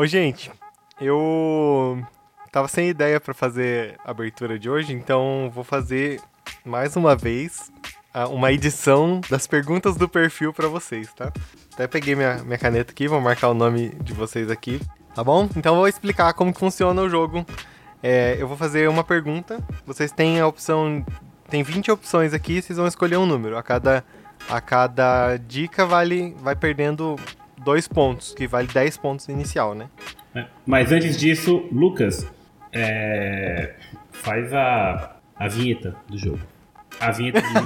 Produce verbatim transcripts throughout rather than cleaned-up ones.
Ô, gente, eu tava sem ideia pra fazer a abertura de hoje, então vou fazer mais uma vez uma edição das perguntas do perfil pra vocês, tá? Até peguei minha, minha caneta aqui, vou marcar o nome de vocês aqui, tá bom? Então eu vou explicar como que funciona o jogo. É, eu vou fazer uma pergunta, vocês têm a opção, tem vinte opções aqui, vocês vão escolher um número. A cada, a cada dica vale, vai perdendo dois pontos, que vale dez pontos inicial, né? Mas antes disso, Lucas, é... faz a, a vinheta do jogo. A vinheta do jogo.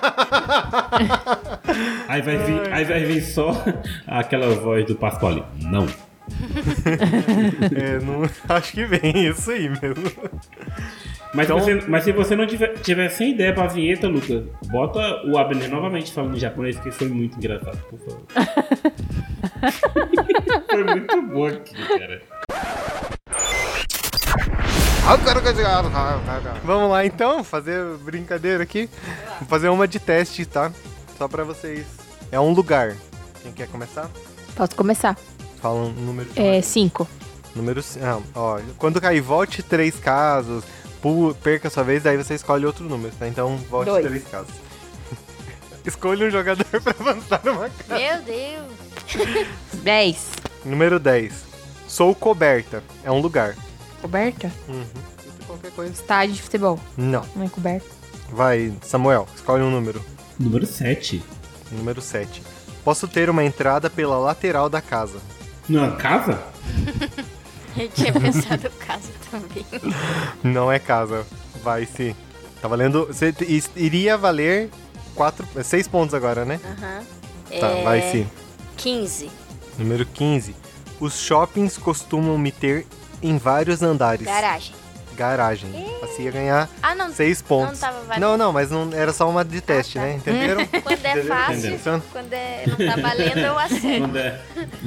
aí, vai vir, aí vai vir só aquela voz do Pasquale. Não. é, não. Acho que vem isso aí mesmo. Mas, então... se você, mas se você não tiver, tiver sem ideia pra vinheta, Lucas, bota o Abner novamente falando em japonês, que foi muito engraçado, por favor. Foi muito bom aqui, cara. Vamos lá então, fazer brincadeira aqui. Vou fazer uma de teste, tá? Só pra vocês. É um lugar. Quem quer começar? Posso começar. Fala um número. É, cinco. Número cinco. Ah, ó, quando cair, volte três casos, pu- perca a sua vez, daí você escolhe outro número, tá? Então, volte Dois. três casos. Escolha um jogador pra avançar numa casa. Meu Deus. Dez. Número dez. Sou coberta. É um lugar. Coberta? Uhum. Qualquer coisa. Estádio de futebol. Não. Não é coberta. Vai, Samuel, escolhe um número. Número sete. Número sete. Posso ter uma entrada pela lateral da casa. Não é casa? Eu tinha pensado casa também. Não é casa. Vai, sim. Tá valendo... Você t- iria valer quatro, seis pontos agora, né? Aham. Tá, É, vai, sim. quinze. Número quinze. Os shoppings costumam me ter em vários andares. Garagem. Garagem. Você ia ganhar Ah, não. seis pontos. Não tava valendo. Não, não, mas não era só uma de teste, Ah, tá. né? Entenderam? Quando é fácil, Entendeu? quando é, não tá valendo, eu acerto. Quando é...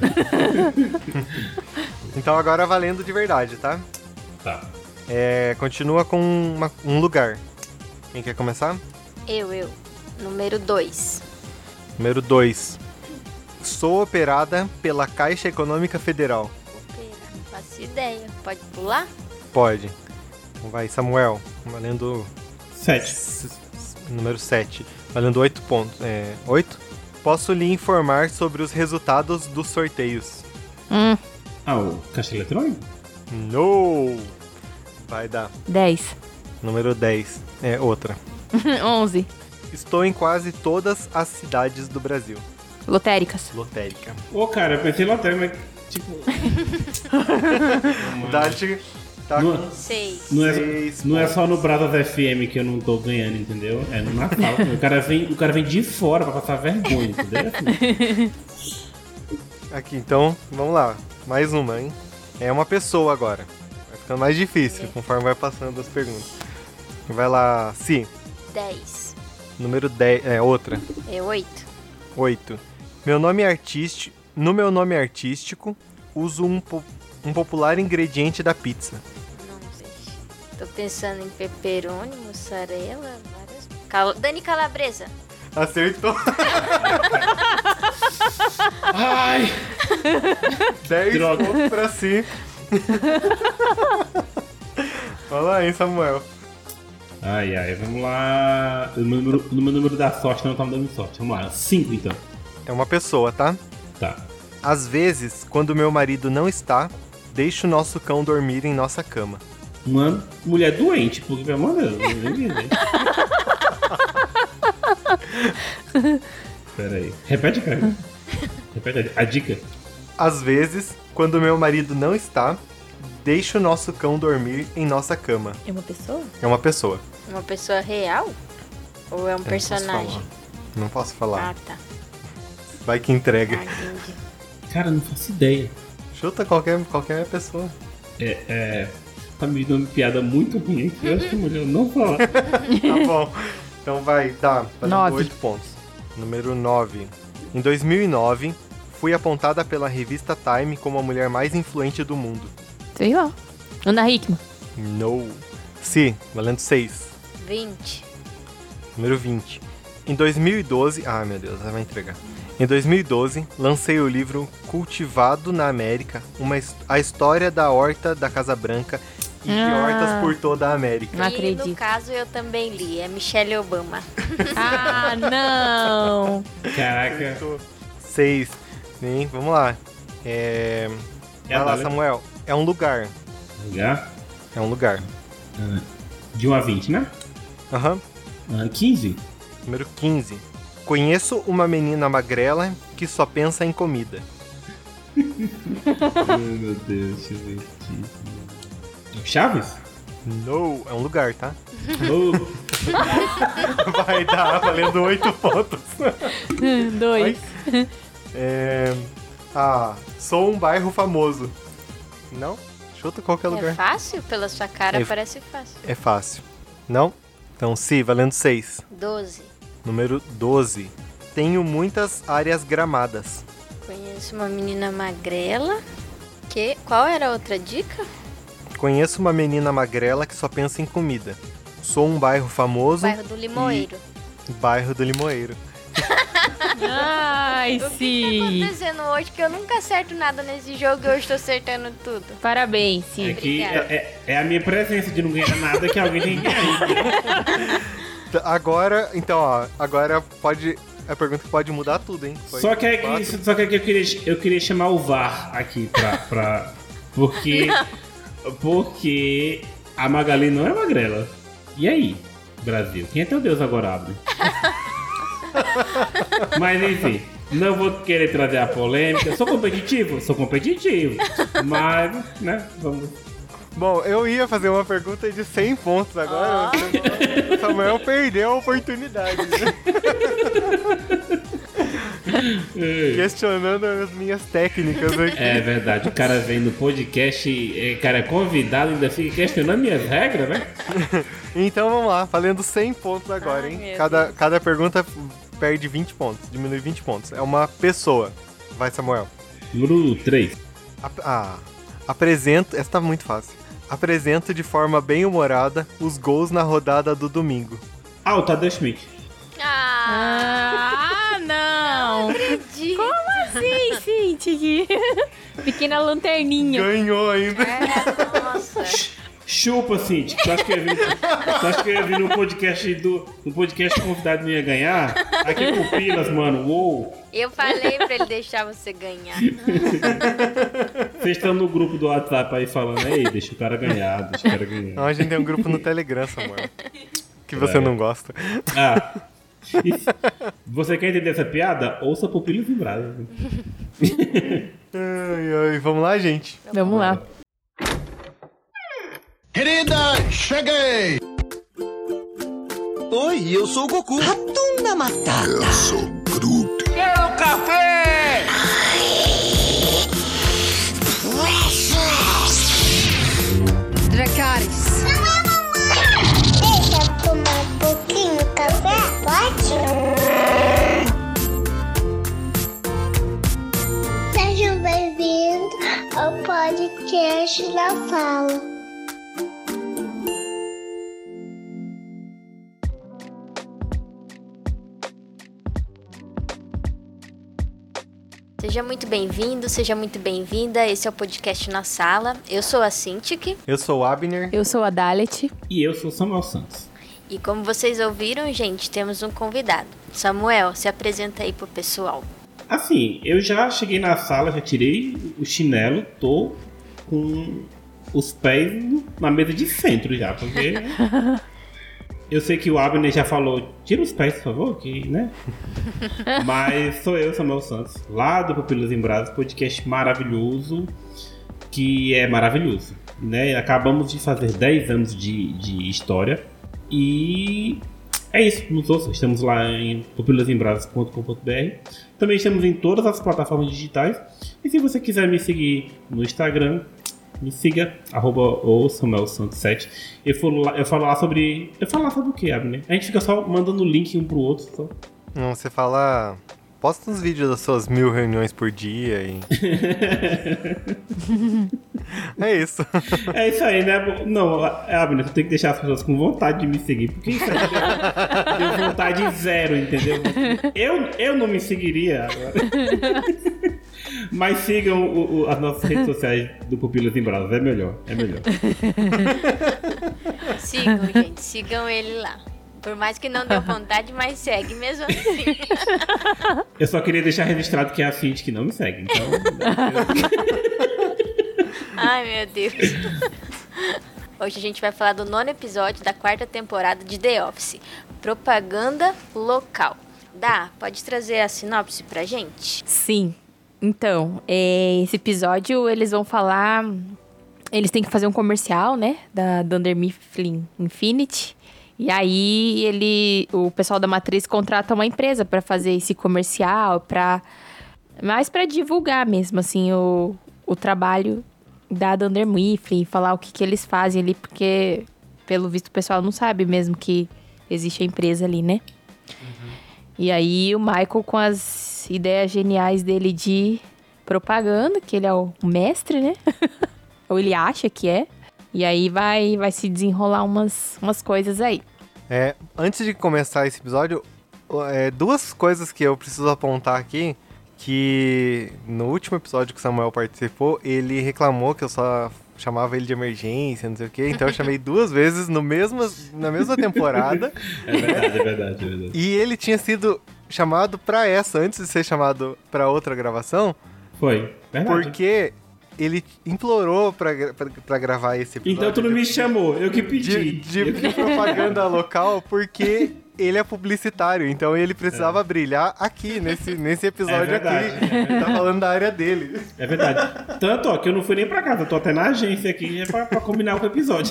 Então agora valendo de verdade, tá? Tá. É, continua com uma- um lugar. Quem quer começar? Eu, eu. Número dois. Número dois. Sou operada pela Caixa Econômica Federal. Opera, não faço ideia. Pode pular? Pode. Então vai, Samuel. Valendo... Sete. s- s- Número sete. Valendo oito pontos. É, oito? Posso lhe informar sobre os resultados dos sorteios. Hum, Ah, o caixa eletrônico? No! Vai dar. dez. Número dez. É, outra. onze. Estou em quase todas as cidades do Brasil. Lotéricas. Lotérica. Ô, cara, eu pensei lá também, mas tipo... Dati tá Não- com Seis. Não é, seis não é só no pontos. Brazos F M que eu não tô ganhando, entendeu? É no Natal. o, cara vem, o cara vem de fora pra passar vergonha, entendeu? Aqui, então, vamos lá. Mais uma, hein? É uma pessoa agora. Vai ficando mais difícil conforme vai passando as perguntas. Vai lá, Si. Dez. Número dez. É, outra. É oito. oito. Meu nome artístico. No meu nome artístico, uso um, po- um popular ingrediente da pizza. Não sei. Tô pensando em pepperoni, mussarela, várias... Cal... Dani Calabresa. Acertou. Ai! dez Droga. pontos pra Si. Olha lá, hein, Samuel. Ai, ai, vamos lá. O meu número, o meu número da sorte não tá me dando sorte. Vamos lá, cinco então. É uma pessoa, tá? Tá. Às vezes, quando meu marido não está, deixo nosso cão dormir em nossa cama. Uma mulher doente, porque pelo amor de Deus, eu nem vi, né? Pera aí. Repete, cara. Repete a, a dica. Às vezes, quando meu marido não está, deixo nosso cão dormir em nossa cama. É uma pessoa? É uma pessoa. Uma pessoa real? Ou é um Eu não posso personagem? falar. Não posso falar. Ah, tá. Vai que entrega. Ah, entendi. Cara, não faço ideia. Chuta qualquer, qualquer pessoa. É, é. Tá me dando uma piada muito ruim aqui. Eu acho que é melhor não falar. Tá bom. Então vai, tá. Fazendo Nove. oito pontos. Número nove. Em dois mil e nove, fui apontada pela revista Time como a mulher mais influente do mundo. Sei lá. Ana Hickman. No. Si, valendo seis. vinte. Número vinte. Em dois mil e doze... Ah, meu Deus, ela vai entregar. Em dois mil e doze, lancei o livro Cultivado na América, uma, his- a história da horta da Casa Branca e de Ah. hortas por toda a América. Não e acredito. no caso eu também li, é Michelle Obama. Ah, não. Caraca. Seis. Bem, vamos lá. É... É a Vai lá, Dália. Samuel. É um lugar. Lugar. É um lugar. De um a vinte, né? Aham. Ah, quinze. Número quinze. Conheço uma menina magrela que só pensa em comida. Ai, meu Deus, deixa eu ver aqui. Chaves? No, é um lugar, tá? Oh, Vai dar valendo oito pontos. Dois. É... Ah, sou um bairro famoso. Não? Chuta qualquer É lugar. fácil? Pela sua cara É- parece fácil. É fácil. Não? Então, sim, valendo seis. doze. Número doze. Tenho muitas áreas gramadas. Conheço uma menina magrela. Que... Qual era a outra dica? Conheço uma menina magrela que só pensa em comida. Sou um bairro famoso. Bairro do Limoeiro. Bairro do Limoeiro. Ai, O que tá sim. acontecendo hoje? Que eu nunca acerto nada nesse jogo e hoje tô acertando tudo. Parabéns, é sim. que Obrigada. é, é a minha presença de não ganhar nada que alguém tem que ganhar. T- Agora, então, ó, agora pode. É a pergunta que pode mudar tudo, hein? Pode- Só que é quatro. que, só que é que eu, queria, eu queria chamar o V A R aqui pra. pra porque. Porque a Magali não é magrela. E aí, Brasil? Quem é teu Deus agora, abre? Mas enfim, não vou querer trazer a polêmica. Sou competitivo? Sou competitivo. Mas, né, vamos. Bom, eu ia fazer uma pergunta de cem pontos agora. O Samuel perdeu a oportunidade. né? Questionando as minhas técnicas aqui. É verdade, o cara vem no podcast, é, cara é convidado e ainda fica questionando minhas regras, né? Então vamos lá, valendo cem pontos agora, Ai, hein? meu Cada, cada pergunta perde vinte pontos, diminui vinte pontos. É uma pessoa. Vai, Samuel. Número três. Ap- ah, apresento. Essa tá muito fácil. Apresento de forma bem humorada os gols na rodada do domingo. Ah, o Tadeu Schmidt. Ah, Ah, não. acredito. Sim, sim, Tiki. Pequena lanterninha. Ganhou ainda. É, nossa. Chupa, Cinti. Tu acha que eu ia vir, tu acha que eu ia vir no podcast do. No podcast convidado não ia ganhar? Aqui com pilas, mano. Uou! Eu falei pra ele deixar você ganhar. Vocês estão no grupo do WhatsApp aí falando, ei, deixa o cara ganhar, deixa o cara ganhar. Não, a gente tem um grupo no Telegram, Samuel. Que você É. não gosta. Ah. E se você quer entender essa piada? Ouça Pupilas Vibradas. Ai, ai, vamos lá, gente. Vamos lá. Querida, cheguei! Oi, eu sou o Goku. Ratunda Matata. Eu sou Groot. Quero café! Dracarys. Deixa eu tomar um pouquinho de café, pode? Sejam bem-vindos ao podcast da Fala. Seja muito bem-vindo, seja muito bem-vinda. Esse é o podcast Na Sala. Eu sou a Cintiq. Eu sou o Abner. Eu sou a Dalet. E eu sou Samuel Santos. E como vocês ouviram, gente, temos um convidado. Samuel, se apresenta aí pro pessoal. Assim, eu já cheguei na sala, já tirei o chinelo, tô com os pés no- na mesa de centro já, porque eu sei que o Abner já falou, tira os pés, por favor, que, né? Mas sou eu, Samuel Santos, lá do Pupilas em Brasa, podcast maravilhoso, que é maravilhoso, né? Acabamos de fazer dez anos de, de história e é isso, nos ouça, estamos lá em pupilasembrasas ponto com ponto b r. Também estamos em todas as plataformas digitais. E se você quiser me seguir no Instagram, me siga, arroba o Samuel Santos sete. Eu falo, lá, eu falo lá sobre. Eu falo lá sobre o que, Abner? A gente fica só mandando link um pro outro. Só. Não, você fala. Posta uns vídeos das suas mil reuniões por dia e. É isso. É isso aí, né? Não, Abner, tu tem que deixar as pessoas com vontade de me seguir, porque isso aí deu, deu vontade zero, entendeu? Eu, eu não me seguiria agora. Mas sigam o, o, as nossas redes sociais do Pupilas em Brasas, é melhor, é melhor. Sigam, gente, sigam ele lá. Por mais que não deu vontade, mas segue mesmo assim. Eu só queria deixar registrado que é a Cinti que não me segue, então... Ai, meu Deus. Hoje a gente vai falar do nono episódio da quarta temporada de The Office, Propaganda Local. Dá, pode trazer a sinopse pra gente? Sim. Então, é, esse episódio eles vão falar... Eles têm que fazer um comercial, né? Da Dunder Mifflin Infinity. E aí, ele, o pessoal da Matriz contrata uma empresa pra fazer esse comercial, pra, mais pra divulgar mesmo, assim, o, o trabalho da Dunder Mifflin, falar o que, que eles fazem ali, porque, pelo visto, o pessoal não sabe mesmo que existe a empresa ali, né? Uhum. E aí, o Michael, com as ideias geniais dele de propaganda, que ele é o mestre, né? Ou ele acha que é. E aí vai, vai se desenrolar umas, umas coisas aí. É, antes de começar esse episódio, é, duas coisas que eu preciso apontar aqui, que no último episódio que o Samuel participou, ele reclamou que eu só chamava ele de emergência, não sei o quê, então eu chamei duas vezes no mesmo, na mesma temporada. É verdade, é verdade, é verdade. E ele tinha sido chamado pra essa, antes de ser chamado pra outra gravação. Foi, verdade. Porque... ele implorou pra, pra, pra gravar esse episódio. Então tu não me chamou, eu que pedi. De, de, de propaganda local, porque ele é publicitário, então ele precisava é. brilhar aqui, nesse, nesse episódio é verdade, aqui. É ele tá falando da área dele. É verdade. Tanto, ó, que eu não fui nem pra casa, eu tô até na agência aqui pra, pra combinar com o episódio.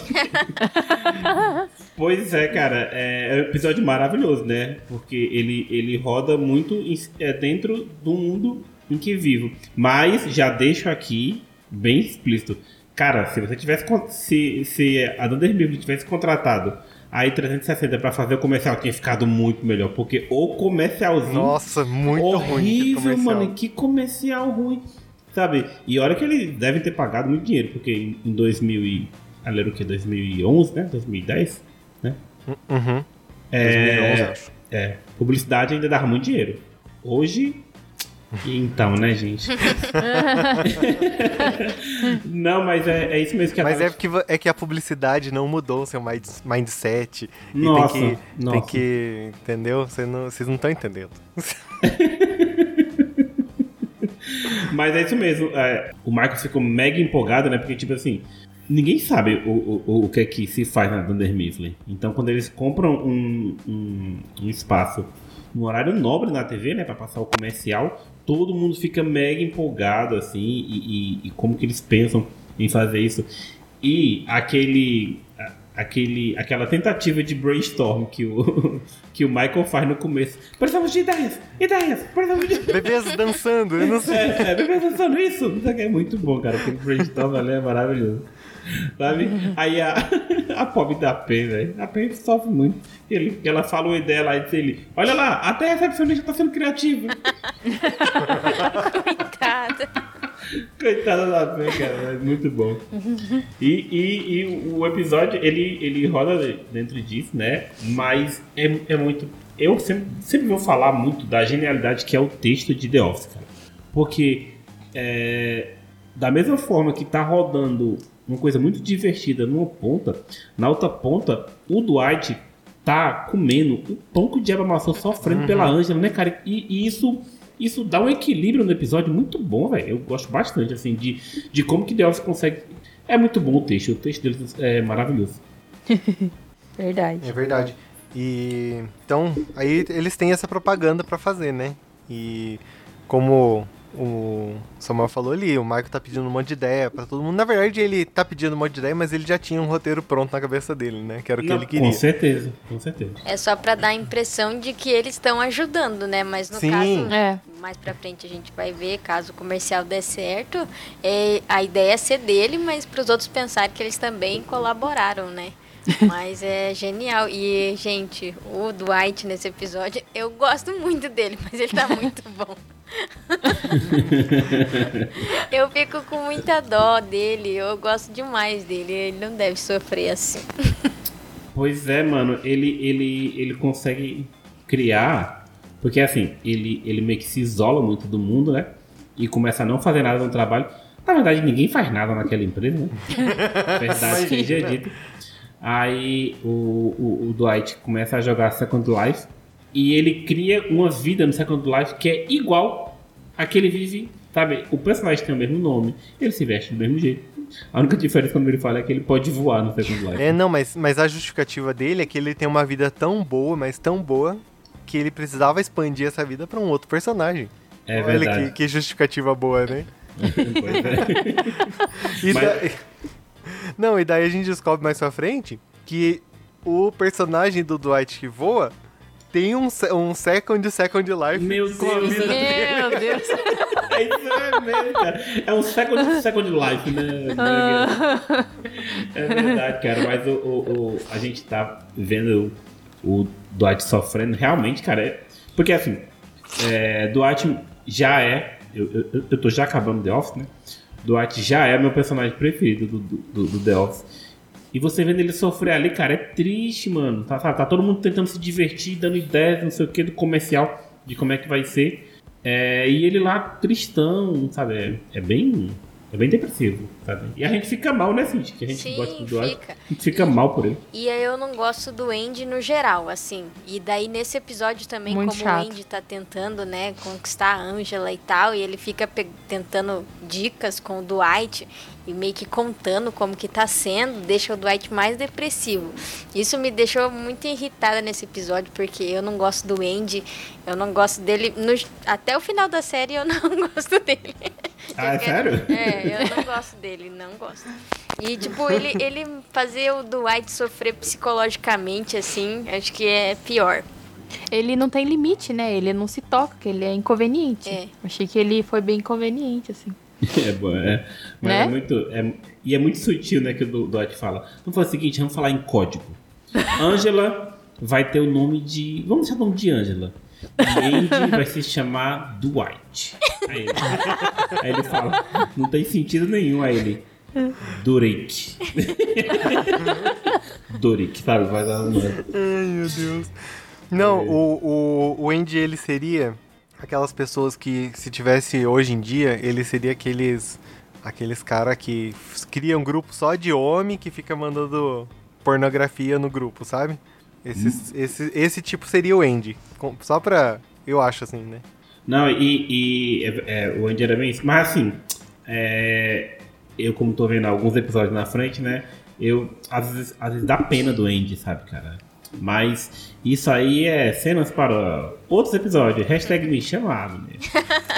Pois é, cara, é, é um episódio maravilhoso, né? Porque ele, ele roda muito em, é, dentro do mundo em que vivo. Mas já deixo aqui bem explícito. Cara, se você tivesse... Se, se a Dunder Mifflin tivesse contratado aí trezentos e sessenta pra fazer o comercial, tinha ficado muito melhor. Porque o comercialzinho... Nossa, muito horrível, ruim. Horrível, mano. Que comercial ruim. Sabe? E olha que eles devem ter pagado muito dinheiro. Porque em dois mil e... Ali era o quê? dois mil e onze, né? dois mil e dez? Né? Uhum. É, dois mil e onze, acho. É. Publicidade ainda dava muito dinheiro. Hoje... Então, né, gente? Não, mas é, é isso mesmo que a Mas tava... é, porque, é que a publicidade não mudou o seu mind, mindset. Nossa, e tem que, nossa. tem que... Entendeu? Vocês não, vocês não estão entendendo. Mas é isso mesmo. É, o Michael ficou mega empolgado, né? Porque, tipo assim, ninguém sabe o, o, o que é que se faz na Dunder Mifflin. Então, quando eles compram um, um, um espaço no horário nobre na T V, né? Pra passar o comercial, todo mundo fica mega empolgado, assim, e, e, e como que eles pensam em fazer isso. E aquele, aquele, aquela tentativa de brainstorm que o, que o Michael faz no começo. Precisamos de ideias, ideias, precisamos de... Bebês dançando, eu não sei. É, é bebês dançando isso. É muito bom, cara, aquele brainstorm ali é maravilhoso. Sabe? Aí a, a pobre da Pen, velho. A Pen sofre muito. Ele, ela fala uma ideia lá e diz ele: olha lá, até a recepcionista tá sendo criativa. Coitada. Coitada da Pen, cara. É muito bom. E, e, e o episódio, ele, ele roda dentro disso, né? Mas é, é muito... Eu sempre, sempre vou falar muito da genialidade que é o texto de The Office, cara. Porque é, da mesma forma que tá rodando uma coisa muito divertida numa ponta, na outra ponta, o Dwight tá comendo um pão com o diabo amassou sofrendo uhum. pela Angela, né, cara? E, e isso, isso dá um equilíbrio no episódio muito bom, velho. Eu gosto bastante, assim, de, de como que The Office consegue... É muito bom o texto, o texto deles é maravilhoso. Verdade. É verdade. E então, aí eles têm essa propaganda pra fazer, né? E como o Samuel falou ali, o Michael tá pedindo um monte de ideia pra todo mundo. Na verdade, ele tá pedindo um monte de ideia, mas ele já tinha um roteiro pronto na cabeça dele, né? Que era o que Não, ele queria. Com certeza, com certeza. É só pra dar a impressão de que eles estão ajudando, né? Mas no Sim. caso, É. mais pra frente a gente vai ver, caso o comercial der certo, é, a ideia é ser dele, mas pros outros pensarem que eles também colaboraram, né? Mas é genial. E, gente, o Dwight nesse episódio, eu gosto muito dele, mas ele tá muito bom. Eu fico com muita dó dele, eu gosto demais dele. Ele não deve sofrer assim. Pois é, mano, ele, ele, ele consegue criar, porque assim, ele, ele meio que se isola muito do mundo, né? E começa a não fazer nada no trabalho. Na verdade, ninguém faz nada naquela empresa, né? Verdade seja dita. Aí o, o, o Dwight começa a jogar Second Life e ele cria uma vida no Second Life que é igual a que ele vive, sabe? O personagem tem o mesmo nome, ele se veste do mesmo jeito. A única diferença quando ele fala é que ele pode voar no Second Life. É, não, mas, mas a justificativa dele é que ele tem uma vida tão boa, mas tão boa, que ele precisava expandir essa vida pra um outro personagem. É Olha verdade. que, que justificativa boa, né? Pois é. E Mas- daí... Não, e daí a gente descobre mais pra frente que o personagem do Dwight que voa tem um, se- um second second life. Meu com a Deus, vida dele. Meu Deus. É isso é mesmo, cara. É um second, second life, né? É verdade, cara. Mas o, o, o- a gente tá vendo o, o Dwight sofrendo realmente, cara. É, porque assim, é, Dwight já é. Eu, eu, eu tô já acabando The Office, né? Dwight já é meu personagem preferido do, do, do, do The Office. E você vendo ele sofrer ali, cara, é triste, mano. Tá, tá, tá todo mundo tentando se divertir, dando ideias, não sei o que, do comercial, de como é que vai ser. É, e ele lá, tristão, sabe? É, é bem. É bem depressivo, sabe? E a gente fica mal, né, Cindy? Que a gente Sim, gosta do Dwight. fica. A gente fica mal por ele. E aí eu não gosto do Andy no geral, assim. E daí nesse episódio também, Muito como chato. o Andy tá tentando, né, conquistar a Angela e tal, e ele fica pe- tentando dicas com o Dwight e meio que contando como que tá sendo, deixa o Dwight mais depressivo. Isso me deixou muito irritada nesse episódio, porque eu não gosto do Andy, eu não gosto dele, no- até o final da série eu não gosto dele. Ah, é Eu quero- sério? É, eu não gosto dele, não gosto. E, tipo, ele, ele fazer o Dwight sofrer psicologicamente, assim, acho que é pior. Ele não tem limite, né? Ele não se toca, que ele é inconveniente. É. Achei que ele foi bem inconveniente, assim. É bom, é. Mas Né? é muito. É, e é muito sutil, né, que o Du- Dwight fala. Vamos fazer o seguinte, vamos falar em código. Angela vai ter o nome de. Vamos deixar o nome de Angela. E Andy vai se chamar Dwight. Aí ele, aí ele fala, não tem sentido nenhum. Aí ele. Doric. Doric, sabe? Vai dar uma. Ai, meu Deus. Não, o, o, o Andy, ele seria aquelas pessoas que, se tivesse hoje em dia, ele seria aqueles aqueles caras que f- criam um grupo só de homem que fica mandando pornografia no grupo, sabe? Esses, esse, esse tipo seria o Andy. Com- Só pra... Eu acho assim, né? Não, e, e é, é, o Andy era bem isso. Mas assim, é, eu como tô vendo alguns episódios na frente, né? Eu, às vezes, às vezes dá pena do Andy, sabe, cara? Mas isso aí é cenas para outros episódios. Hashtag me chamado mesmo.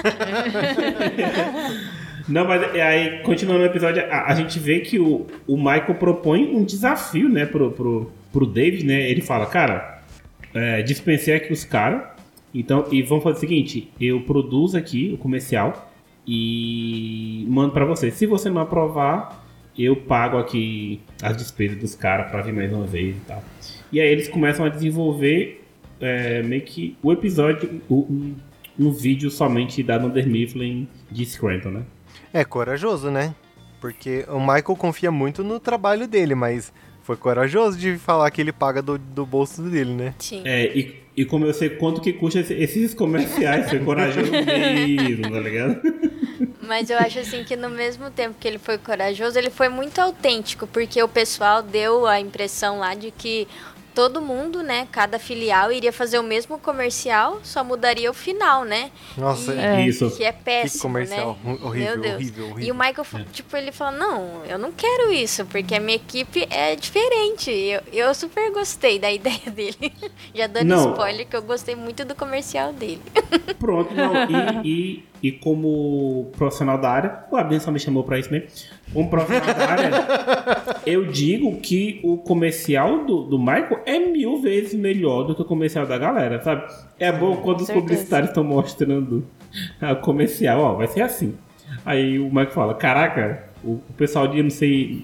Não, mas é, aí, continuando o episódio, a, a gente vê que o, o Michael propõe um desafio, né, pro, pro, pro David, né? Ele fala, cara, é, dispensei aqui os caras, então, e vamos fazer o seguinte, eu produzo aqui o comercial e mando pra você. Se você não aprovar, eu pago aqui as despesas dos caras pra vir mais uma vez e tal. E aí eles começam a desenvolver é, meio que o episódio, o- um, um vídeo somente da Dunder Mifflin de Scranton, né? É corajoso, né? Porque o Michael confia muito no trabalho dele, mas foi corajoso de falar que ele paga do, do bolso dele, né? Sim. É, e, e como eu sei quanto que custa esse- esses comerciais, foi corajoso mesmo, tá ligado? Mas eu acho assim que no mesmo tempo que ele foi corajoso, ele foi muito autêntico, porque o pessoal deu a impressão lá de que todo mundo, né, cada filial iria fazer o mesmo comercial, só mudaria o final, né? Nossa, E- É. Isso. Que é péssimo, Que comercial né? ru- horrível, Meu Deus. horrível, horrível. E o Michael, fa- tipo, ele falou, não, eu não quero isso, porque a minha equipe é diferente. Eu, eu super gostei da ideia dele. Já dando Não. spoiler que eu gostei muito do comercial dele. Pronto, não. E, e, e como profissional da área, o Abner só me chamou pra isso mesmo. Como profissional da área, eu digo que o comercial do, do Michael é mil vezes melhor do que o comercial da galera, sabe? É bom quando os certeza. publicitários estão mostrando ah, o comercial, ó, vai ser assim. Aí o Michael fala, caraca, o, o pessoal de, não sei,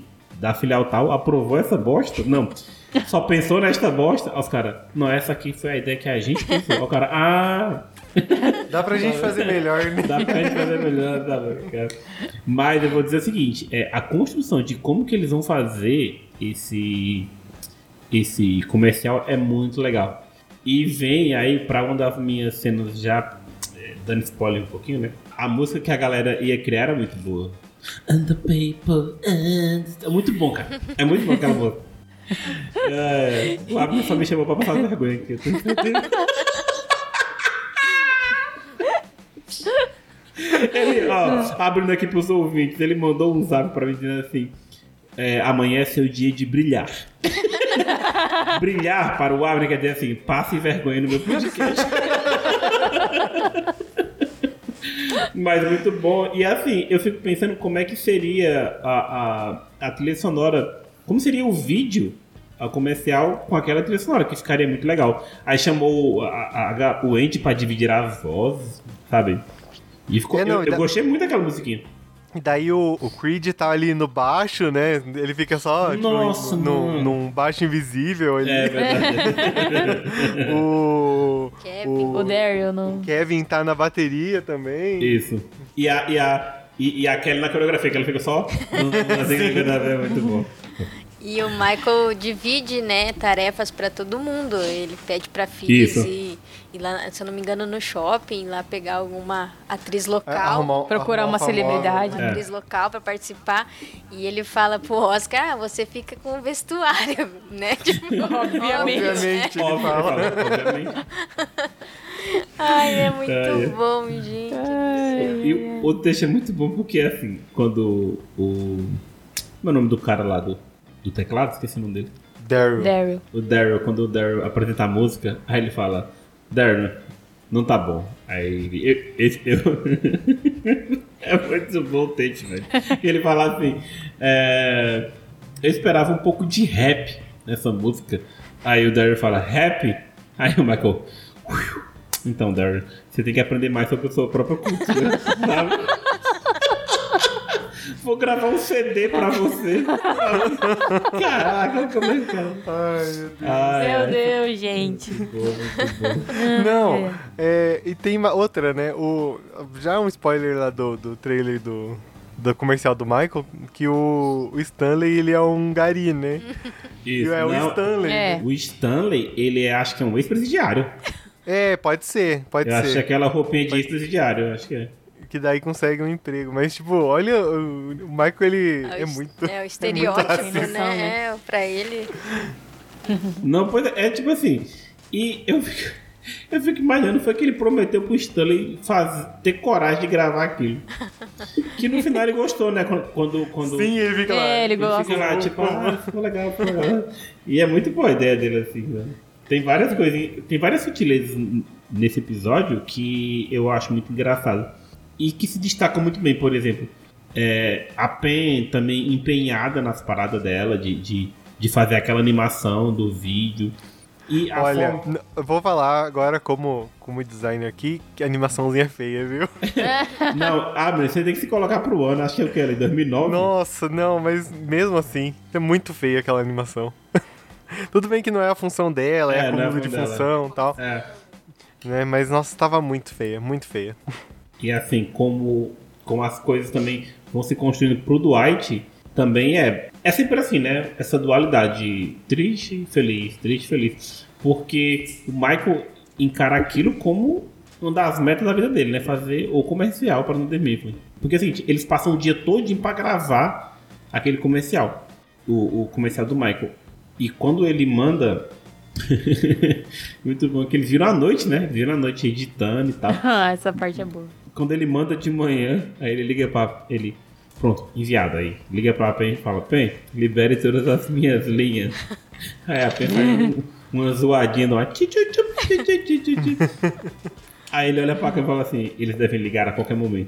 da filial tal aprovou essa bosta? Não. Só pensou nesta bosta? Aí os caras, não, essa aqui foi a ideia que a gente pensou. Aí o cara, ah... Dá pra gente fazer melhor, né? Dá pra gente fazer melhor, tá bom, cara. Mas eu vou dizer o seguinte, é, a construção de como que eles vão fazer esse, esse comercial é muito legal. E vem aí pra uma das minhas cenas já, é, dando spoiler um pouquinho, né? A música que a galera ia criar era muito boa. And the paper and... É muito bom, cara. É muito bom aquela música. É, o Abner só me chamou pra passar vergonha aqui, eu tenho certeza. Ele, ó, abrindo aqui pros ouvintes, ele mandou um zap pra mim dizendo assim: é, amanhã é seu dia de brilhar. Brilhar para o Abner quer dizer assim: passe vergonha no meu podcast. Mas muito bom. E assim, eu fico pensando como é que seria a, a, a trilha sonora, como seria o vídeo a comercial com aquela trilha sonora, que ficaria muito legal. Aí chamou a, a, a, o Andy pra dividir as vozes, sabe? E ficou, É, não, eu, eu da- gostei muito daquela musiquinha. E daí o, o Creed tá ali no baixo, né? Ele fica só Nossa, tipo, num, mano. num baixo invisível ali. É verdade. O, Kevin. O Daryl não. Kevin tá na bateria também. Isso. E a, e, a, e, e a Kelly na coreografia, que ela fica só. Assim, é muito bom. E o Michael divide, né, tarefas pra todo mundo. Ele pede pra filhos Isso. ir, ir lá, se eu não me engano, no shopping, lá pegar alguma atriz É, local. arrumar- Procurar arrumar uma famosa, celebridade. né? É. Atriz local pra participar. E ele fala pro Oscar, ah, você fica com o vestuário, né? Tipo, Obviamente. Obviamente, ele Óbvio, fala. obviamente. Ai, é muito Ai, é. bom, gente. E o outro texto é muito bom porque, assim, quando o. Como é o nome do cara lá do, do teclado? Esqueci o nome dele. Daryl. Daryl. O Daryl, quando o Daryl apresenta a música, aí ele fala: Daryl, não tá bom. Aí ele. Eu, esse, eu... é muito bom o texto, velho. E ele fala assim: é, eu esperava um pouco de rap nessa música. Aí o Daryl fala: rap? Aí o Michael. "Uiu. Então, Daryl, você tem que aprender mais sobre a sua própria cultura, sabe? Vou gravar um C D pra você. Caraca, como é que é? Ai, meu Deus. Ai, Meu ai, Deus, gente. muito bom, muito bom. Não, é, e tem uma outra, né? O, já um spoiler lá do, do trailer do, do comercial do Michael, que o, o Stanley, ele é um gari, né? Isso, E é o não, Stanley. É. O Stanley, ele é, acho que é um ex-presidiário. É, pode ser, pode Eu acho que ser. aquela roupinha de ex-presidiário, eu acho que é. Que daí consegue um emprego. Mas, tipo, olha, o, o Michael, ele É, é o, muito... é o estereótipo, racista, né? É, pra ele. Não, pois é, é tipo assim. E eu fico, eu fico imaginando, foi que ele prometeu pro Stanley faz, ter coragem de gravar aquilo. Que no final ele gostou, né? Quando, quando, quando Sim, ele fica lá. É, ele ele gosta. fica lá, tipo, ah, ficou legal, ficou legal. E é muito boa a ideia dele, assim, né? Tem várias coisas, tem várias sutilezas n- nesse episódio que eu acho muito engraçado. E que se destacam muito bem, por exemplo, é, a Pen também empenhada nas paradas dela, de, de, de fazer aquela animação do vídeo. E a Olha, forma- n- eu vou falar agora como, como designer aqui, que a animaçãozinha é feia, viu? Não, ah, mas você tem que se colocar pro ano, acho que é o que? Ali, dois mil e nove? Nossa, não, mas mesmo assim, é muito feia aquela animação. Tudo bem que não é a função dela, é, É, não é a acúmulo de função função e tal, É. né? Mas, nossa, tava muito feia, muito feia. E assim, como, como as coisas também vão se construindo pro Dwight, também é. É sempre assim, né? Essa dualidade triste, feliz, triste, feliz. Porque o Michael encara aquilo como uma das metas da vida dele, né? Fazer o comercial para não ter Mifflin. Porque é o seguinte, eles passam o dia todinho pra gravar aquele comercial. O, o comercial do Michael. E quando ele manda. Muito bom, que eles viram à noite, né? Viram à noite editando e tal. Ah, essa parte é boa. Quando ele manda de manhã, aí ele liga pra ele. Pronto, enviado aí. Liga pra Pen e fala: Pen, libere todas as minhas linhas. Aí a Pen faz um- uma zoadinha no ar. Tchu, tchu, tchu, tchu, tchu, tchu, tchu, tchu. Aí ele olha pra cá e fala assim: eles devem ligar a qualquer momento.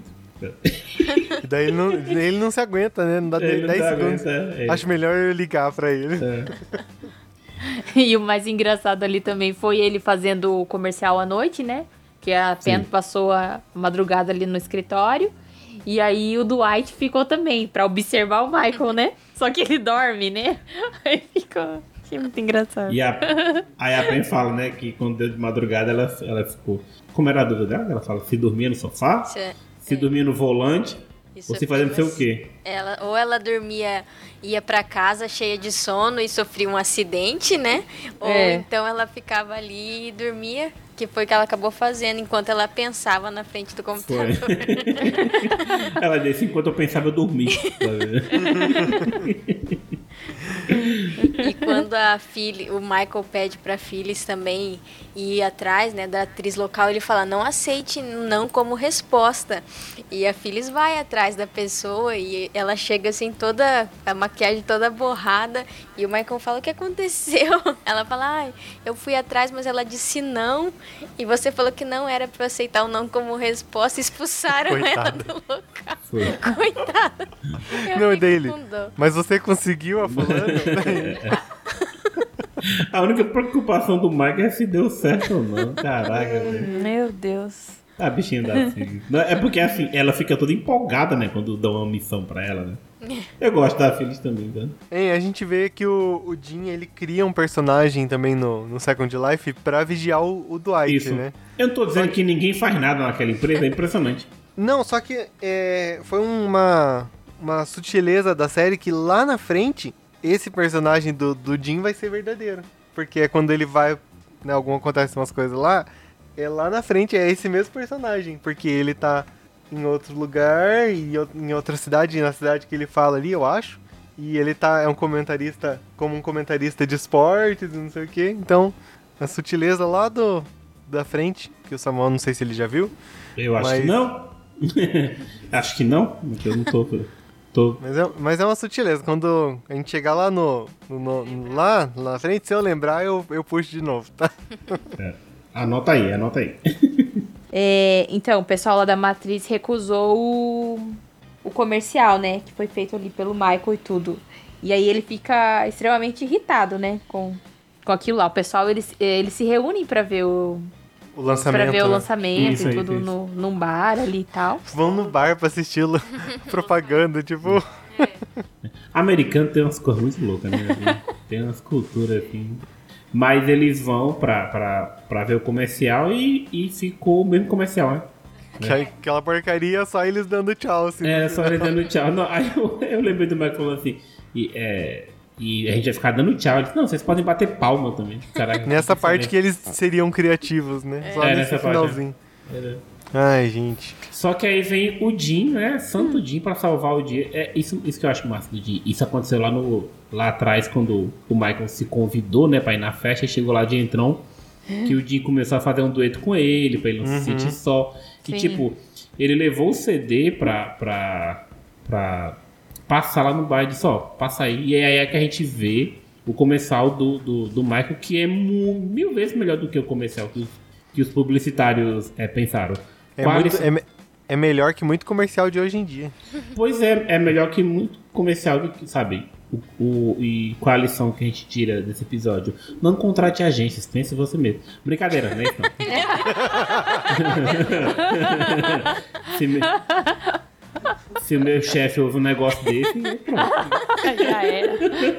E daí ele não, ele não se aguenta, né? Não dá Ele não dez tá segundos. aguentando, é. Acho melhor eu ligar pra ele. É. E o mais engraçado ali também foi ele fazendo o comercial à noite, né? Que a Pen Sim. passou a madrugada ali no escritório. E aí o Dwight ficou também, pra observar o Michael, né? Só que ele dorme, né? Aí ficou... Achei muito engraçado. E a, aí a Pen fala, né, que quando deu de madrugada ela, ela ficou... Como era a dúvida dela? Ela fala, se dormia no sofá, Isso é- se é. dormia no volante, Isso ou se é fazia não sei o mas quê. Ela, ou ela dormia, ia pra casa cheia de sono e sofria um acidente, né? Ou É. então ela ficava ali e dormia, que foi o que ela acabou fazendo enquanto ela pensava na frente do Foi. computador. Ela disse, enquanto eu pensava, eu dormi. E quando a Phyllis, o Michael pede pra Phyllis também ir atrás, né, da atriz local, ele fala, não aceite não como resposta. E a Phyllis vai atrás da pessoa e ela chega assim toda, a maquiagem toda borrada, e o Michael fala, o que aconteceu? Ela fala, ai, eu fui atrás, mas ela disse não, e você falou que não era pra aceitar o não como resposta, expulsaram Coitada. ela do local. Foi. Coitada. Eu Não, fico dele. com dó. Mas você conseguiu a fulana? A única preocupação do Mike é se deu certo ou não. Caraca, velho. Meu Deus. A bichinha da Phyllis. Não, é porque assim, ela fica toda empolgada, né? Quando dão uma missão pra ela, né? Eu gosto da Phyllis também, tá? Hein, a gente vê que o, o Jim, ele cria um personagem também no, no Second Life pra vigiar o, o Dwight, Isso. né? Eu não tô dizendo que ninguém faz nada naquela empresa, é impressionante. Não, só que é, foi uma, uma sutileza da série que lá na frente, esse personagem do, do Jim vai ser verdadeiro. Porque é quando ele vai, né, algum acontece umas coisas lá, é lá na frente é esse mesmo personagem. Porque ele tá em outro lugar, e o- em outra cidade, na cidade que ele fala ali, eu acho. E ele tá, é um comentarista, como um comentarista de esportes, e não sei o que. Então, a sutileza lá do, da frente, que o Samuel, não sei se ele já viu. Eu acho Mas- que não. Acho que não, porque eu não tô. tô... Mas é, mas é uma sutileza. Quando a gente chegar lá no, no- no- lá, lá na frente, se eu lembrar, eu, eu puxo de novo, tá? É. Anota aí, anota aí. É, então, o pessoal lá da Matriz recusou o, o comercial, né? Que foi feito ali pelo Michael e tudo. E aí ele fica extremamente irritado, né? Com, com aquilo lá. O pessoal, eles, eles se reúnem pra ver o, O lançamento. pra ver o né? lançamento Isso e aí, tudo isso. no, num bar ali e tal. Vão no bar pra assistir lo- propaganda, tipo. Americano tem umas coisas muito loucas, né? Tem umas culturas assim. Mas eles vão pra, pra, pra ver o comercial e, e ficou o mesmo comercial, né? que é aquela porcaria, só eles dando tchau, assim. É, só ele dando tchau. Não, aí eu, eu lembrei do Michael falando assim. E, é, e a gente vai ficar dando tchau. Ele disse, não, vocês podem bater palma também. Caraca, Nessa parte que eles seriam criativos, né? Só É, nesse nessa parte, finalzinho. Era- Ai, gente. Só que aí vem o Jim, né? Santo Jim pra salvar o dia. É isso, isso que eu acho massa do Jim. Isso aconteceu lá, no, lá atrás, quando o Michael se convidou, né, pra ir na festa. E chegou lá de entrão. Que o Jim começou a fazer um dueto com ele, pra ele não se sentir só. E Sim. tipo, ele levou o C D pra, pra, pra passar lá no bar e disse, ó, passa aí. E aí é que a gente vê o comercial do, do, do Michael, que é mu- mil vezes melhor do que o comercial que os, que os publicitários é, pensaram. É, Qual muito, esse- é, me- é melhor que muito comercial de hoje em dia. Pois é, é melhor que muito comercial do que, sabe? O, o- e qual a lição que a gente tira desse episódio? Não contrate agências, pense você mesmo. Brincadeira, né? Não. se, me- se o meu chefe ouve um negócio desse, aí pronto. Já era.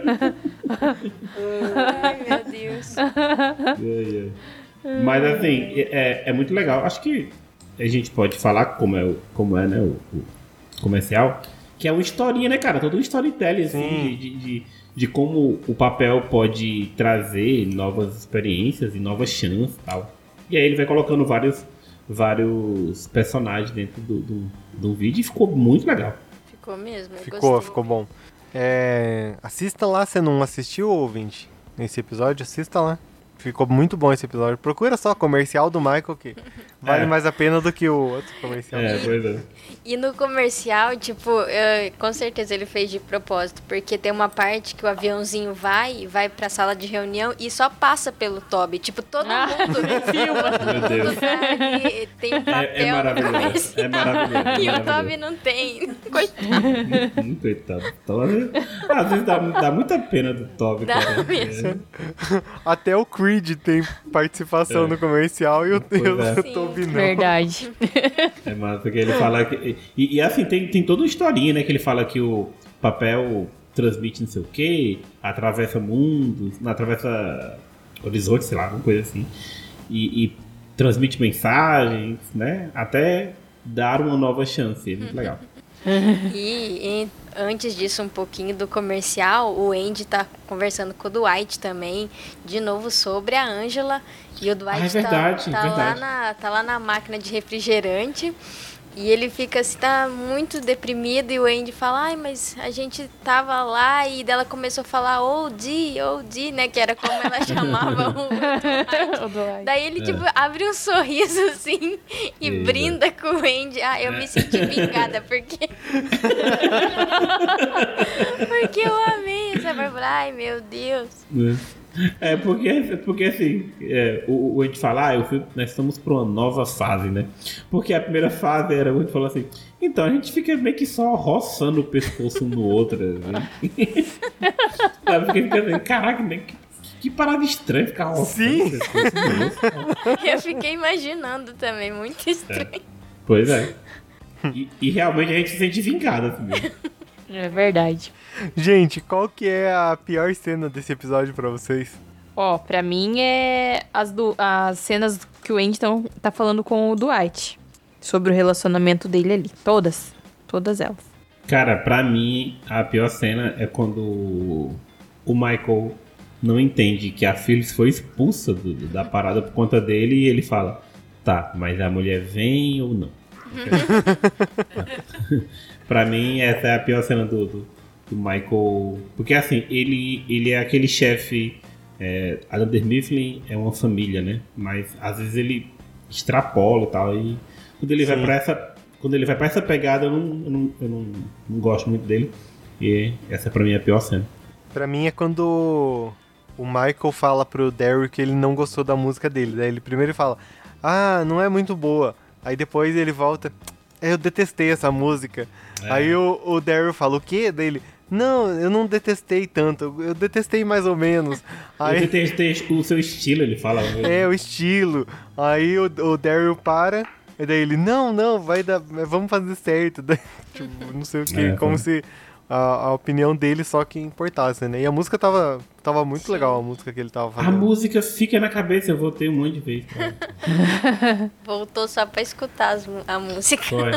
Ai, meu Deus. Ai, ai. Mas assim, é, é muito legal. Acho que a gente pode falar como é, o- como é né, o, o comercial, que é uma historinha, né, cara? Todo um storytelling, assim, Sim. de, de, de, de como o papel pode trazer novas experiências e novas chances e tal. E aí ele vai colocando vários, vários personagens dentro do, do, do vídeo e ficou muito legal. Ficou mesmo, eu Ficou, gostei. ficou bom. É, assista lá, se não assistiu, ouvinte, nesse episódio, assista lá. Ficou muito bom esse episódio. Procura só comercial do Michael, que vale É. mais a pena do que o outro comercial. É, pois é. E no comercial, tipo, eu- com certeza ele fez de propósito, porque tem uma parte que o aviãozinho vai, vai pra sala de reunião e só passa pelo Toby. Tipo, todo Ah, mundo filma. Meu Deus. Ali, tem um papel É, é no maravilhoso. comercial. É maravilhoso. E o maravilhoso. Toby não tem. Coitado. Hum, coitado. Então, às vezes, às vezes dá, dá muita pena do Toby, Dá cara. mesmo. É. Até o Chris Creed tem participação É. no comercial e o, Pois e o é. Toby não. Verdade. É massa, porque ele fala que... E, e assim, tem, tem toda uma historinha, né? Que ele fala que o papel transmite não sei o quê, atravessa mundos, atravessa horizontes, sei lá, alguma coisa assim. E, e transmite mensagens, né? Até dar uma nova chance. É muito legal. E, e antes disso, um pouquinho do comercial, o Andy tá conversando com o Dwight também, de novo, sobre a Angela. E o Dwight Ah, é verdade, tá, tá, verdade. Lá na, tá lá na máquina de refrigerante. E ele fica assim, tá muito deprimido. E o Andy fala, ai, mas a gente tava lá. E dela começou a falar, oh, Dee, oh, Dee, né? Que era como ela chamava o, o Dwight. O Dwight. Daí ele, tipo, abre um sorriso assim e Eita. brinda com o Andy. Ah, eu me senti vingada, porque. Porque eu amei essa Bárbara. Ai, meu Deus. É porque, porque assim, é, o, o Andy fala, ah, eu fui, nós estamos para uma nova fase, né? Porque a primeira fase era o Andy falou assim, então a gente fica meio que só roçando o pescoço um no outro, né? Sabe? Porque fica assim, caraca, né? que, que parada estranha ficar roçando Sim. o pescoço um no outro. Eu fiquei imaginando também, muito estranho. Pois é. E, e realmente a gente se sente vingado assim mesmo. É verdade. Gente, qual que é a pior cena desse episódio pra vocês? Ó, pra mim é as, do, as cenas que o Andy tão, tá falando com o Dwight. Sobre o relacionamento dele ali. Todas. Todas elas. Cara, pra mim, a pior cena é quando o Michael não entende que a Phyllis foi expulsa do- da parada por conta dele e ele fala, tá, mas a mulher vem ou não? Pra mim, essa é a pior cena do, do, do Michael. Porque assim, ele, ele é aquele chefe. É, a Dunder Mifflin é uma família, né? Mas às vezes ele extrapola e tal. E quando ele vai Sim. pra essa. Quando ele vai pra essa pegada, eu não, eu não, eu não, não gosto muito dele. E essa pra mim é a pior cena. Pra mim é quando o Michael fala pro Daryl que ele não gostou da música dele. Daí ele primeiro fala, ah, não é muito boa. Aí depois ele volta, eu detestei essa música. É. Aí o, o Daryl fala, o quê? Daí ele, não, eu não detestei tanto, eu detestei mais ou menos. Eu Aí, detestei o seu estilo, ele fala. é, o estilo. Aí o, o Daryl para, e daí ele, não, não, vai dar, vamos fazer certo. Daí, tipo, não sei o que, É, como foi. se a, a opinião dele só que importasse, né? E a música tava, tava muito legal, a música que ele tava A fazendo. música fica na cabeça, eu voltei um monte de vezes. Cara. Voltou só pra escutar as mu- a música. Foi.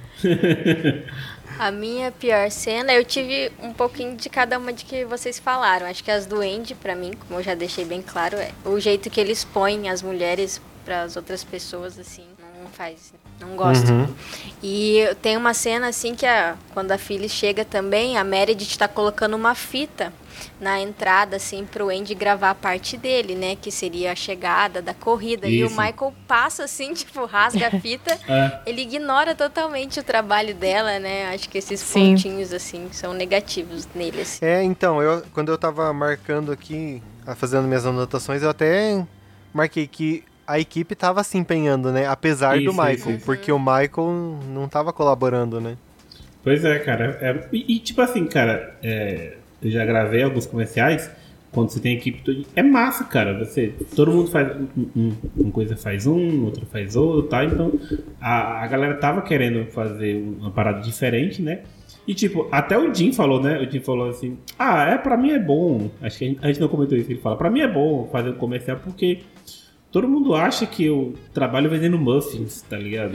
A minha pior cena, eu tive um pouquinho de cada uma de que vocês falaram. Acho que as do Andy, pra mim, como eu já deixei bem claro, é o jeito que eles põem as mulheres pras outras pessoas, assim, não faz, não gosto. Uhum. E tem uma cena, assim, que a, quando a Phyllis chega também, a Meredith tá colocando uma fita na entrada, assim, pro Andy gravar a parte dele, né, que seria a chegada da corrida. E o Isso. Michael passa, assim, tipo, rasga a fita. É. Ele ignora totalmente o trabalho dela, né? Acho que esses Sim. pontinhos, assim, são negativos nele, assim. É, então, eu, quando eu tava marcando aqui, ah, fazendo minhas anotações, eu até marquei que a equipe tava se empenhando, né? Apesar do Isso, Michael, isso, isso. porque o Michael não tava colaborando, né? Pois é, cara. É, e, e, tipo assim, cara, é, eu já gravei alguns comerciais. Quando você tem equipe, toda- é massa, cara. Você, todo mundo faz um, um, uma coisa faz um, outra faz outro, tá? Então a, a galera tava querendo fazer uma parada diferente, né? E tipo, até o Jim falou, né? O Jim falou assim: ah, é, pra mim é bom. Acho que a gente, a gente não comentou isso. Ele fala: pra mim é bom fazer um comercial porque todo mundo acha que eu trabalho vendendo muffins, tá ligado?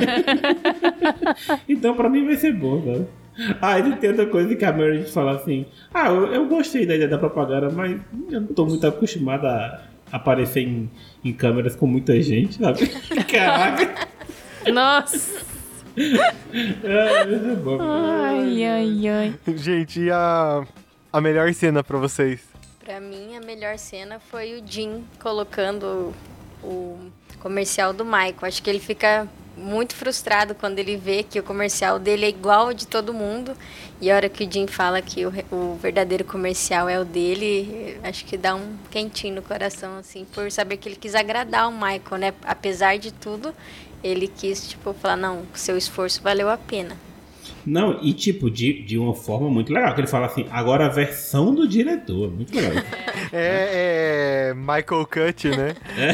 Então pra mim vai ser bom, cara. Ah, e tem outra coisa que a Meredith fala assim: ah, eu, eu gostei da ideia da propaganda, mas eu não tô muito acostumada a aparecer em, em câmeras com muita gente, sabe? Caraca! Nossa. Ah, isso é bom. Ai, ai, ai. Gente, e a, a melhor cena pra vocês? Pra mim, a melhor cena foi o Jim colocando o comercial do Michael. Acho que ele fica muito frustrado quando ele vê que o comercial dele é igual ao de todo mundo. E a hora que o Jim fala que o, re- o verdadeiro comercial é o dele, acho que dá um quentinho no coração, assim, por saber que ele quis agradar o Michael, né? Apesar de tudo, ele quis, tipo, falar, não, seu esforço valeu a pena. Não, e tipo, de, de uma forma muito legal, que ele fala assim: agora a versão do diretor. Muito legal. É, é Michael Cut, né?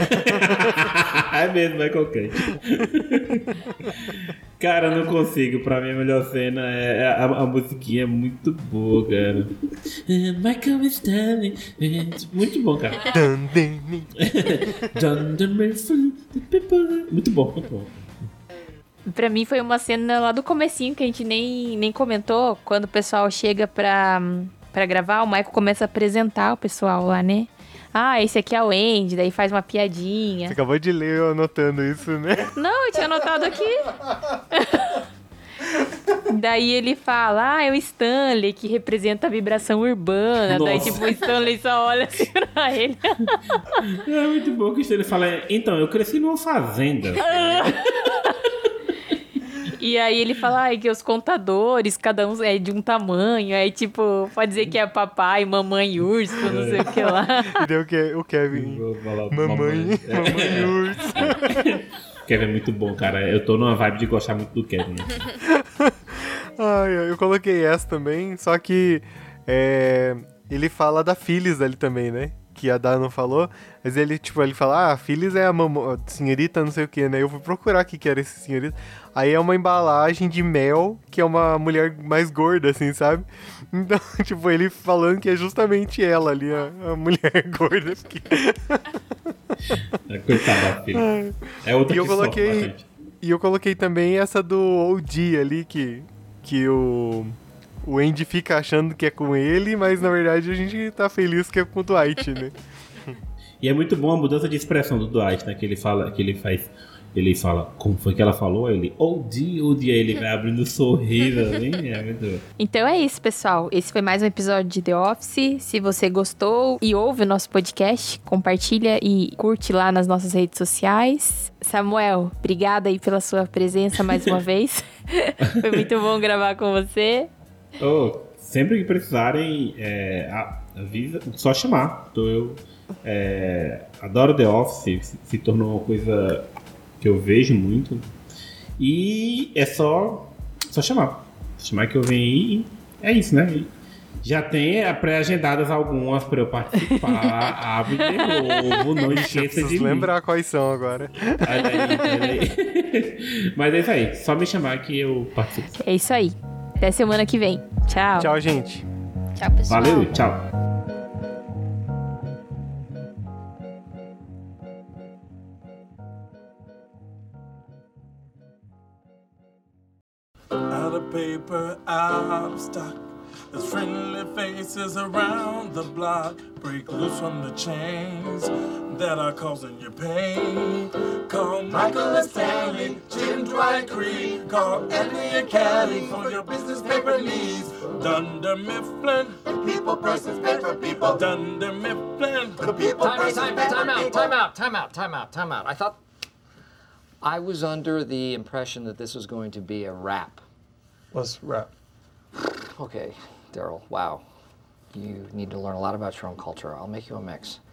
É mesmo, Michael Caine. Cara, eu não consigo. Pra mim, a melhor cena é a, a musiquinha é muito boa, cara. Michael Stanley. Muito bom, cara. Muito bom, muito bom. Pra mim foi uma cena lá do comecinho que a gente nem, nem comentou. Quando o pessoal chega pra, pra gravar, o Michael começa a apresentar o pessoal lá, né? Ah, esse aqui é o Andy, daí faz uma piadinha. Você acabou de ler eu anotando isso, né? Não, eu tinha anotado aqui. Daí ele fala, ah, é o Stanley, que representa a vibração urbana. Nossa. Daí, tipo, o Stanley só olha assim pra ele. É muito bom que ele fala, então, eu cresci numa fazenda. E aí ele fala, ai, que os contadores, cada um é de um tamanho. Aí, tipo, pode dizer que é papai, mamãe e urso, não sei o que lá. E deu o, Ke- o Kevin. Vou falar Mamãe, É. mamãe urso. Kevin é muito bom, cara. Eu tô numa vibe de gostar muito do Kevin. Ai, eu coloquei essa também, só que é, ele fala da Phyllis ali também, né? Que a Dá não falou, mas ele, tipo, ele fala, ah, a Phyllis é a mamãe, a senhorita não sei o que, né? Eu fui procurar o que que era esse senhorita. Aí é uma embalagem de mel, que é uma mulher mais gorda, assim, sabe? Então, tipo, ele falando que é justamente ela ali, a, a mulher gorda. Porque... Coitada da filha. É outra E eu que sofre coloquei, bastante. e eu coloquei também essa do O G ali, que, que o, o Andy fica achando que é com ele, mas na verdade a gente tá feliz que é com o Dwight, né? E é muito bom a mudança de expressão do Dwight, né? Que ele fala, que ele faz. Ele fala, como foi que ela falou? Aí ele, oh dia, oh dia, ele vai abrindo um sorriso, assim, é muito bom. Então é isso, pessoal. Esse foi mais um episódio de The Office. Se você gostou e ouve o nosso podcast, compartilha e curte lá nas nossas redes sociais. Samuel, obrigada aí pela sua presença mais uma vez. Foi muito bom gravar com você. Oh, sempre que precisarem, é, a- avisa, só chamar. Então eu é, adoro The Office, se, se tornou uma coisa que eu vejo muito. E é só, só chamar. Chamar que eu venho aí e é isso, né? E já tem é, pré-agendadas algumas para eu participar. Abre de novo, não esqueça de Preciso mim. lembrar quais são agora. Olha aí, olha aí. Mas é isso aí, só me chamar que eu participo. É isso aí. Até semana que vem. Tchau. Tchau, gente. Tchau, pessoal. Valeu, tchau. Out of paper, out of stock. There's friendly faces around the block. Break loose from the chains that are causing you pain. Call Michael and Stanley, Jim Dwight Creed. Call Andy and Kelly for your business paper needs. Dunder Mifflin, the people versus paper people. Dunder Mifflin, the people Time, versus time, paper time out, people. time out, time out, time out, time out. I thought I was under the impression that this was going to be a rap. What's rap? Okay, Daryl, wow. You need to learn a lot about your own culture. I'll make you a mix.